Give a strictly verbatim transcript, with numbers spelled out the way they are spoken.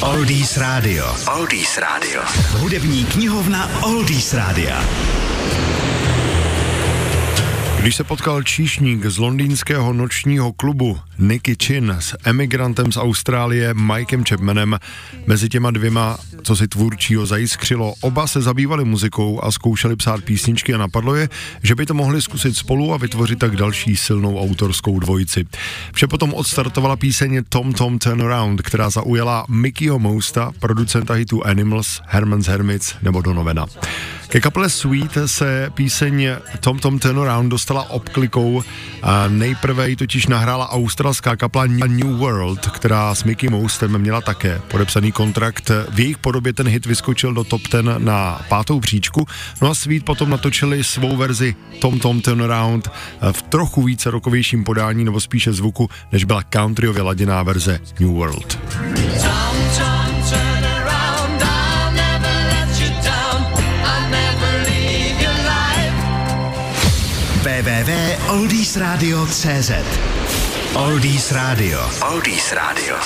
Oldies Radio. Oldies Radio. Hudební knihovna Oldies Rádia. Když se potkal číšník z londýnského nočního klubu Nicky Chin s emigrantem z Austrálie Mikem Chapmanem, mezi těma dvěma, co si tvůrčího zajiskřilo, oba se zabývali muzikou a zkoušeli psát písničky a napadlo je, že by to mohli zkusit spolu a vytvořit tak další silnou autorskou dvojici. Vše potom odstartovala píseň Tom Tom Turn Around, která zaujala Mickeyho Mousta, producenta hitů Animals, Herman's Hermits nebo Donovana. Ke kapele Sweet se píseň Tom Tom Turn Around dostala obklikou a nejprve ji totiž nahrála australská kapela New World, která s Mickey Moustem měla také podepsaný kontrakt. V jejich podobě ten hit vyskočil do top deset na pátou příčku, no a Sweet potom natočili svou verzi Tom Tom Turn Around v trochu více rockovějším podání nebo spíše zvuku, než byla countryově laděná verze New World. w w w tečka oldies radio tečka cz Oldies Radio. Oldies Radio.